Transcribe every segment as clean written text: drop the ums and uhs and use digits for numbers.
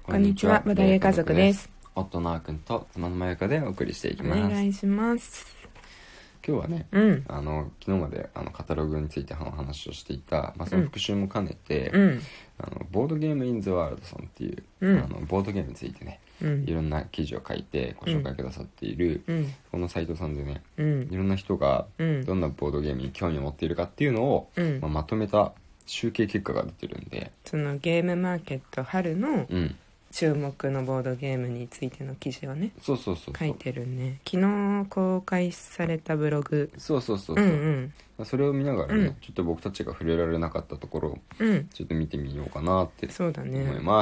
こんにちは、話題家族です。 夫のあーくんと妻のまゆかでお送りしていきます。 お願いします。 今日はね、昨日までカタログについての話をしていた、その復習も兼ねて、ボードゲームインザワールドさんっていう、ボードゲームについてね、いろんな記事を書いてご紹介くださっている、このサイトさんでね、いろんな人がどんなボードゲームに興味を持っているかっていうのを、まとめた集計結果が出てるんで、 そのゲームマーケット春の、注目のボードゲームについての記事をね、 そう書いてるね。昨日公開されたブログ、 それを見ながらね、ちょっと僕たちが触れられなかったところをちょっと見てみようかなって思います。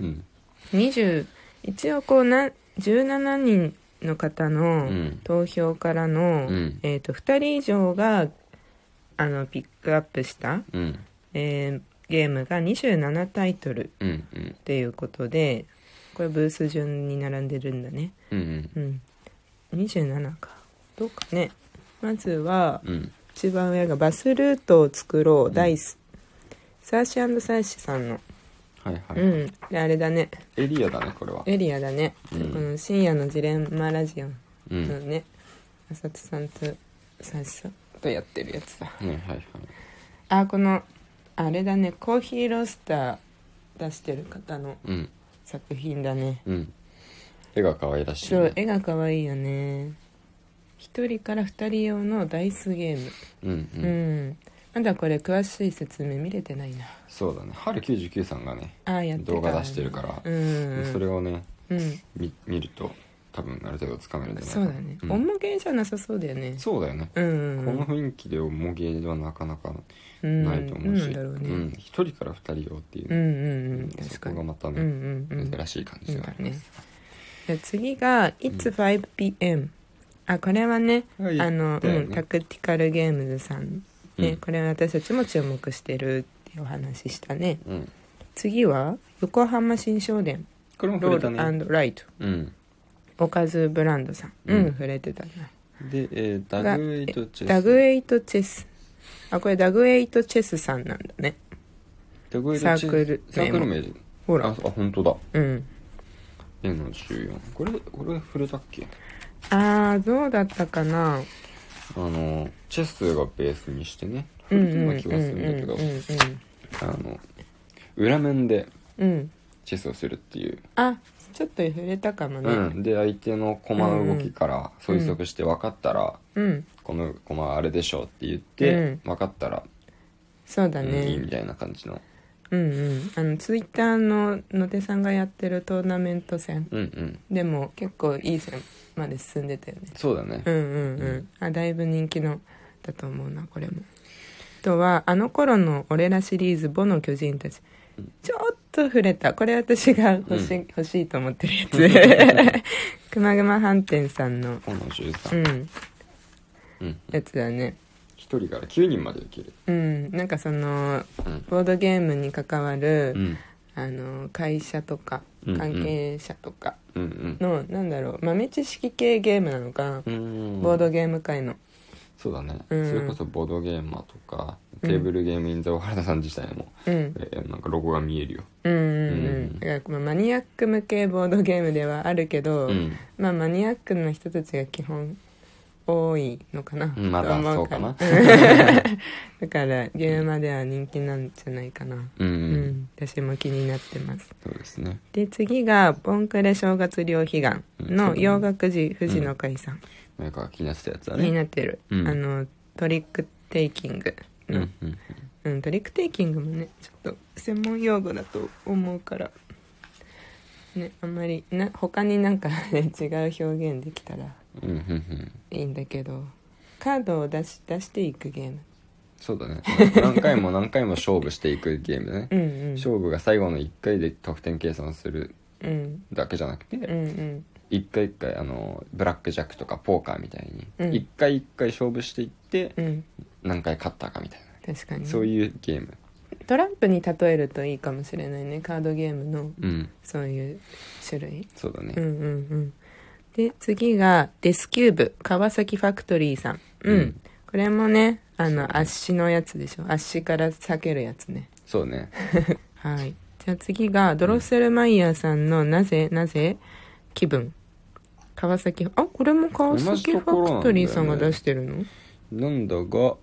一応こう17人の方の投票からの、2人以上がピックアップした、ゲームが27タイトルっていうことで、これブース順に並んでるんだね。27かどうかね。まずは、一番上がバスルートを作ろう、ダイス、サーシ&サーシさんの、であれだね、 エリアだね。これはエリアだね、この深夜のジレンマラジオのね、浅田さんとサーシさんとやってるやつだ。このあれだね、コーヒーロースター出してる方の作品だね。 絵が可愛らしい、 そう、絵が可愛いよね。1人から2人用のダイスゲーム。まだこれ詳しい説明見れてないな。 そうだね、春99さんがね、動画出してるから、それをね、見ると多分ある程度つかめるんじゃないかな。 そうだね、重ゲーじゃなさそうだよね。 そうだよね、この雰囲気で重ゲーではなかなかないと思うし、1人から2人用っていう、そこがまたね、珍しい感じがあります。 で次が It's 5pm、これはね、タクティカルゲームズさんね、これは私たちも注目してるっていうお話したね。次は横浜新商店、 これも触れたね、 ロード&ライト、おかずブランドさん、触れてたな。 で、ダグエイトチェス、 ダグエイトチェス、これダグエイトチェスさんなんだね。 ダグエイトチェスサークル名、 ほら、 本当だ。N の14、これ触れたっけ？ どうだったかな。 チェスがベースにしてね、触れたような気がするんだけど、裏面でチェスをするっていう、 ちょっと触れたかもね。 で相手の駒の動きから推測して分かったら、この駒はあれでしょうって言って、分かったらそうだね、 いいみたいな感じの。 ツイッターの野手さんがやってるトーナメント戦、でも結構いい戦まで進んでたよね。 そうだね。 だいぶ人気のだと思うな、これも。あとはあの頃の俺らシリーズ母の巨人たち、ちょっと触れた。これ私が欲しいと思ってるやつくまぐま飯店さんのこの13、 やつだね。 1人から9人までいける。 なんかその、ボードゲームに関わる、会社とか関係者とかの、なんだろう、豆知識系ゲームなのかな、ボードゲーム界の。そうだね、それこそボードゲーマーとか、テーブルゲームインザワールドさん自体も、なんかロゴが見えるよ。だからマニアック向けボードゲームではあるけど、マニアックな人たちが基本多いのかな、 まだそうかなだからゲーマーでは人気なんじゃないかな。私も気になってます。 そうですね。 で次がボンクレ正月両悲願の洋楽寺藤野海さん、 なんか気になってたやつだね。 気になってる、トリックテイキングの、トリックテイキングもね、ちょっと専門用語だと思うからね、あんまり他になんか、ね、違う表現できたらいいんだけど、カードを出していくゲーム。 そうだね、何回も何回も勝負していくゲームね。勝負が最後の1回で得点計算するだけじゃなくて、一回一回ブラックジャックとかポーカーみたいに一回一回勝負していって、何回勝ったかみたいな、 確かにそういうゲーム。 トランプに例えるといいかもしれないね、カードゲームの、そういう種類。 そうだね。 で次がデスキューブ川崎ファクトリーさん、これもね、圧死のやつでしょ、圧死から避けるやつね。 そうねはい。 じゃあ次がドロッセルマイヤーさんのなぜ気分。川崎、あ、これも川崎ファクトリーさんが出してるの？ なんだが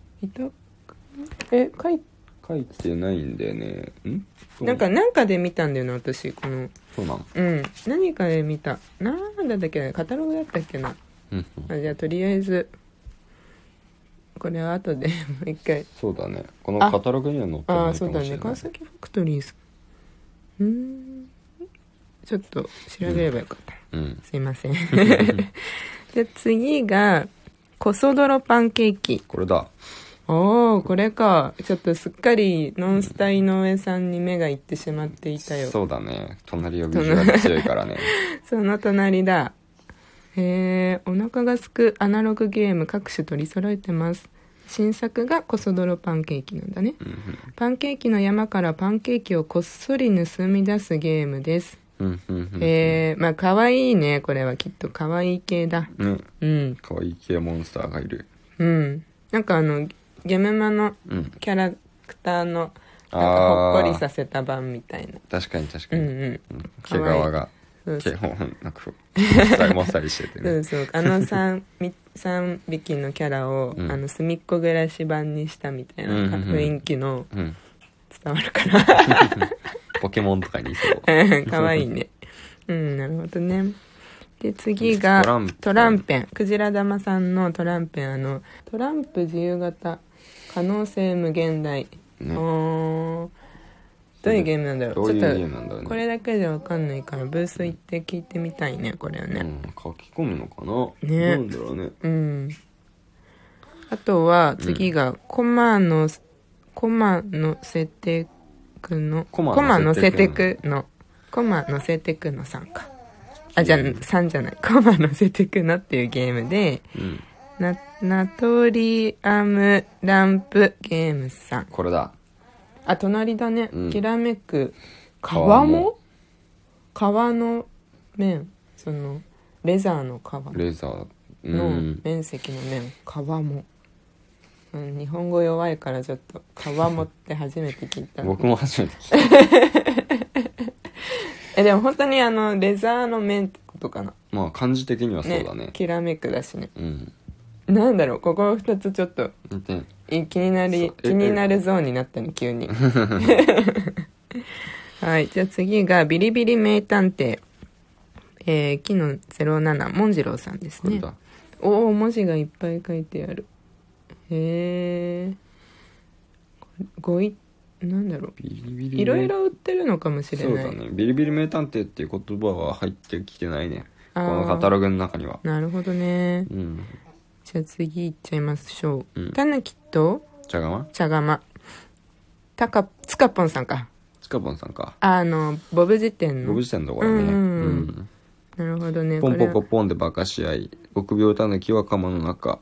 書いてないんだよね。 なんかで見たんだよな、私。このそうなの。 何かで見た。なんだっけな、カタログだったっけな。じゃあとりあえずこれは後でもう一回。 そうだね、このカタログには載ってないかもしれない。 そうだね、川崎ファクトリーさん。ちょっと調べればよかった、すいません。で次がコソ泥パンケーキ。 これだ。 これか。ちょっとすっかりノンスタ井上さんに目がいってしまっていたよ。 そうだね、隣呼び字が強いからね。 その隣だ。お腹がすくアナログゲーム各種取り揃えてます。新作がコソ泥パンケーキなんだね。パンケーキの山からパンケーキをこっそり盗み出すゲームです。まあ可愛いね。これはきっと可愛い系だ。 可愛い系モンスターがいる。 なんかゲムマのキャラクターのなんかほっこりさせた版みたいな。 確かに毛皮がなんかもっさりしててね。 そう3匹のキャラを隅っこ暮らし版にしたみたいな雰囲気の伝わるかな。 ポケモンとかにいそう。 かわいいね。なるほどね。で次がトランペン。クジラ玉さんのトランペン。トランプ自由型可能性無限大。どういうゲームなんだろう。ちょっとこれだけでわかんないからブース行って聞いてみたいね、これはね。 書き込むのかな。なんだろうね。 あとは次がコマのせてくのさんか。じゃあ3じゃない。コマのせてくのっていうゲームで、ナトリアムランプゲームさん。 これだ。 隣だね。きらめく革の面、そのレザーの革の面積の面、革も。日本語弱いからちょっと革もって初めて聞いた。 僕も初めて聞いた。でも本当にレザーの面ってことかな。 まあ漢字的にはそうだね。 きらめくだしね。なんだろう、ここ2つちょっと気になるゾーンになったね、急に。はい、じゃあ次がビリビリ名探偵、木の07モンジローさんですね。文字がいっぱい書いてある。なんだろう、いろいろ売ってるのかもしれない。 そうだね、ビリビリ名探偵っていう言葉は入ってきてないね、このカタログの中には。 なるほどね。じゃあ次いっちゃいましょう。たぬきと茶釜つかぽんさんか。ボブ辞典のところね。 なるほどね。 ポンポコポンで化かし合い、臆病たぬきは釜の中、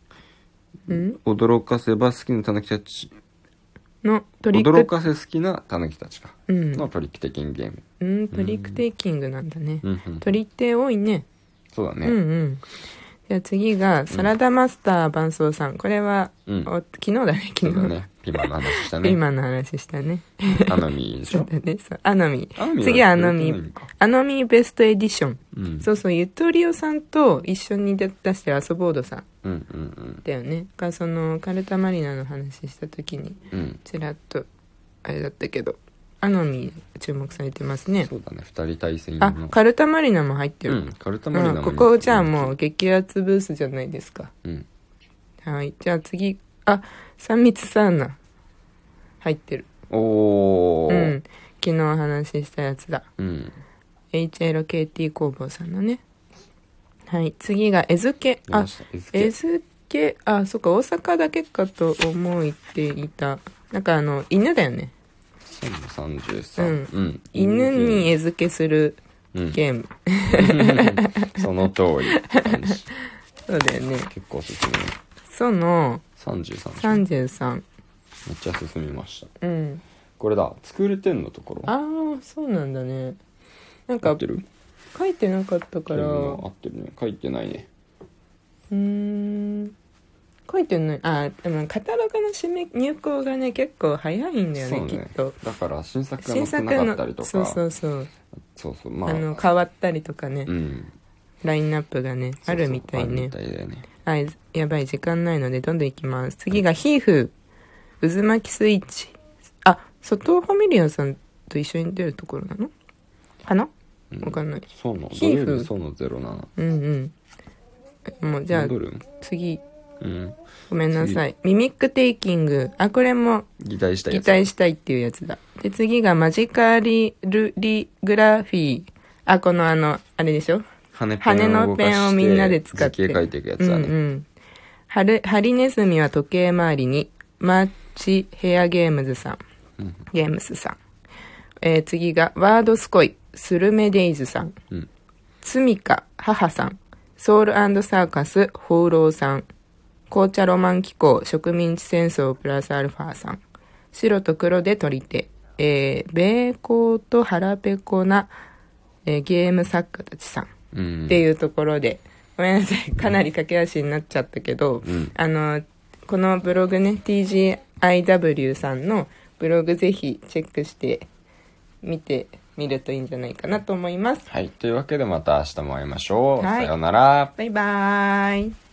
驚かせば好きなたぬきたちの驚かせ好きなたぬきたちかのトリックテイキングゲーム。 トリックテイキングなんだね。トリって多いね。 そうだね。 じゃあ次がサラダマスター伴奏さん。これは昨日だね。 昨日ね。ピーマンの話したね。 ピーマンの話したね。 アノミーでしょ。 そうだね。アノミー。次はアノミーベストエディション。そうそう、ゆとりおさんと一緒に出してるアソボードさんだよね。がそのカルタマリナの話した時にちらっとあれだったけど、アノミー注目されてますね。 そうだね、2人対戦の。 カルタマリナも入ってる。 カルタマリナも。 ここじゃあもう激アツブースじゃないですか。はい、じゃあ次、3密サウナ入ってる。昨日話したやつだ。HLKT 工房さんのね。はい、次が絵付け。そっか、大阪だけかと思っていた。なんか犬だよね。 33。 犬に絵付けするゲーム。 その通り。 そうだよね。 結構進む。 その 33。めっちゃ進みました。これだ、作れてんのところ。 そうなんだね。なんか書いてなかったから。 合ってるね。書いてないね。 書いてない。でもカタログの入稿がね結構早いんだよね、きっと。 だから新作が載ってなかったりとか、そうまあ変わったりとかね、ラインナップがねあるみたいね。やばい、時間ないのでどんどんいきます。次がヒーフ渦巻きスイッチ。外ファミリアさんと一緒に出るところなのかな、わかんない。 そうのヒーフそうの07。 もうじゃあ次、ごめんなさい。ミミックテイキング。これも擬態したいっていうやつだ。で次がマジカリグラフィー。このあれでしょ、羽のペンをみんなで使って図形描いていくやつだね。 ハリネズミは時計回りに。マッチヘアゲームズさん。次がワードスコイスルメデイズさん。ツミカ母さん。ソウル&サーカス放浪さん。紅茶ロマン機構植民地戦争プラスアルファさん。白と黒で取り手。ベーコーと腹ペコな、ゲーム作家たちさん。っていうところで、ごめんなさい、かなり駆け足になっちゃったけど、このブログね、TGIW さんのブログぜひチェックして見てみるといいんじゃないかなと思います。 はい、というわけでまた明日も会いましょう。さようなら。 バイバーイ。